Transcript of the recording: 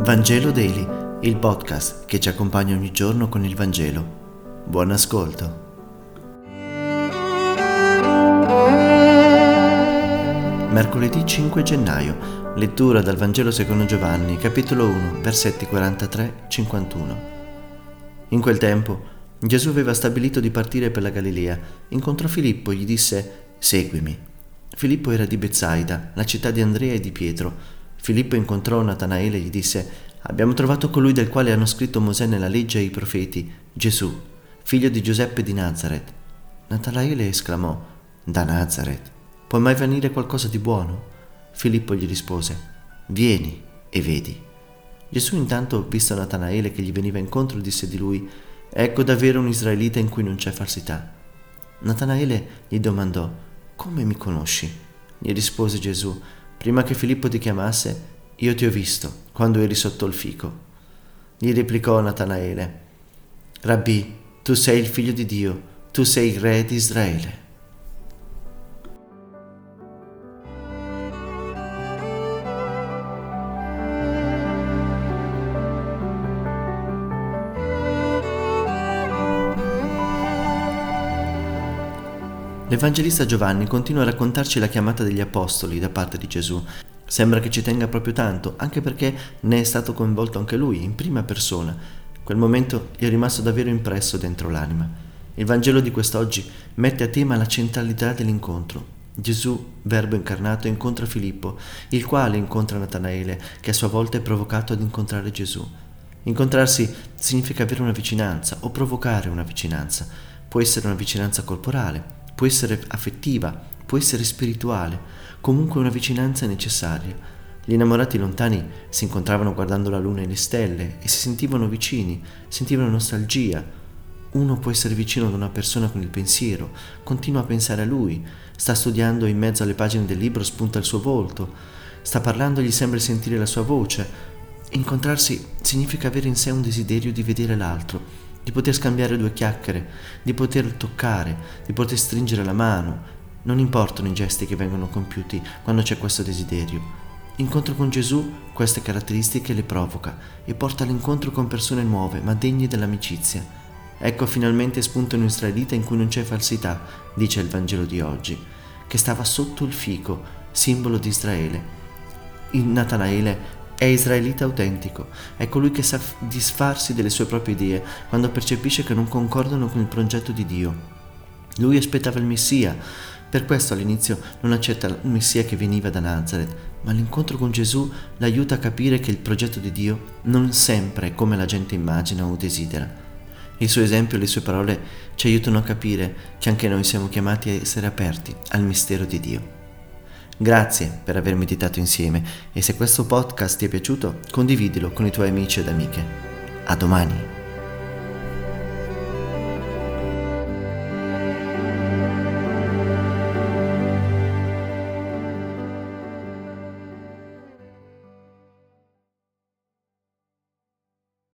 Vangelo Daily, il podcast che ci accompagna ogni giorno con il Vangelo. Buon ascolto. Mercoledì 5 gennaio, lettura dal Vangelo secondo Giovanni, capitolo 1, versetti 43-51. In quel tempo, Gesù aveva stabilito di partire per la Galilea. Incontrò Filippo e gli disse: «Seguimi». Filippo era di Betsaida, la città di Andrea e di Pietro. Filippo incontrò Natanaele e gli disse: «Abbiamo trovato colui del quale hanno scritto Mosè nella legge e i profeti, Gesù, figlio di Giuseppe di Nazaret». Natanaele esclamò: «Da Nazaret? Può mai venire qualcosa di buono?» Filippo gli rispose: «Vieni e vedi». Gesù intanto, visto Natanaele che gli veniva incontro, disse di lui: «Ecco davvero un israelita in cui non c'è falsità». Natanaele gli domandò: «Come mi conosci?» Gli rispose Gesù: «Prima che Filippo ti chiamasse, io ti ho visto quando eri sotto il fico». Gli replicò Natanaele: «Rabbì, tu sei il figlio di Dio, tu sei il re di Israele». L'Evangelista Giovanni continua a raccontarci la chiamata degli apostoli da parte di Gesù. Sembra che ci tenga proprio tanto, anche perché ne è stato coinvolto anche lui, in prima persona. Quel momento gli è rimasto davvero impresso dentro l'anima. Il Vangelo di quest'oggi mette a tema la centralità dell'incontro. Gesù, Verbo incarnato, incontra Filippo, il quale incontra Natanaele, che a sua volta è provocato ad incontrare Gesù. Incontrarsi significa avere una vicinanza o provocare una vicinanza. Può essere una vicinanza corporale, può essere affettiva, può essere spirituale, comunque una vicinanza è necessaria. Gli innamorati lontani si incontravano guardando la luna e le stelle e si sentivano vicini, sentivano nostalgia. Uno può essere vicino ad una persona con il pensiero, continua a pensare a lui, sta studiando e in mezzo alle pagine del libro spunta il suo volto, sta parlando e gli sembra sentire la sua voce. Incontrarsi significa avere in sé un desiderio di vedere l'altro, di poter scambiare due chiacchiere, di poter toccare, di poter stringere la mano. Non importano i gesti che vengono compiuti quando c'è questo desiderio. L'incontro con Gesù queste caratteristiche le provoca e porta all'incontro con persone nuove ma degne dell'amicizia. Ecco finalmente spunta un israelita in cui non c'è falsità, dice il Vangelo di oggi, che stava sotto il fico, simbolo di Israele. Il Natanaele è israelita autentico, è colui che sa disfarsi delle sue proprie idee quando percepisce che non concordano con il progetto di Dio. Lui aspettava il Messia, per questo all'inizio non accetta il Messia che veniva da Nazaret, ma l'incontro con Gesù l'aiuta a capire che il progetto di Dio non sempre è come la gente immagina o desidera. Il suo esempio e le sue parole ci aiutano a capire che anche noi siamo chiamati a essere aperti al mistero di Dio. Grazie per aver meditato insieme e se questo podcast ti è piaciuto, condividilo con i tuoi amici ed amiche. A domani!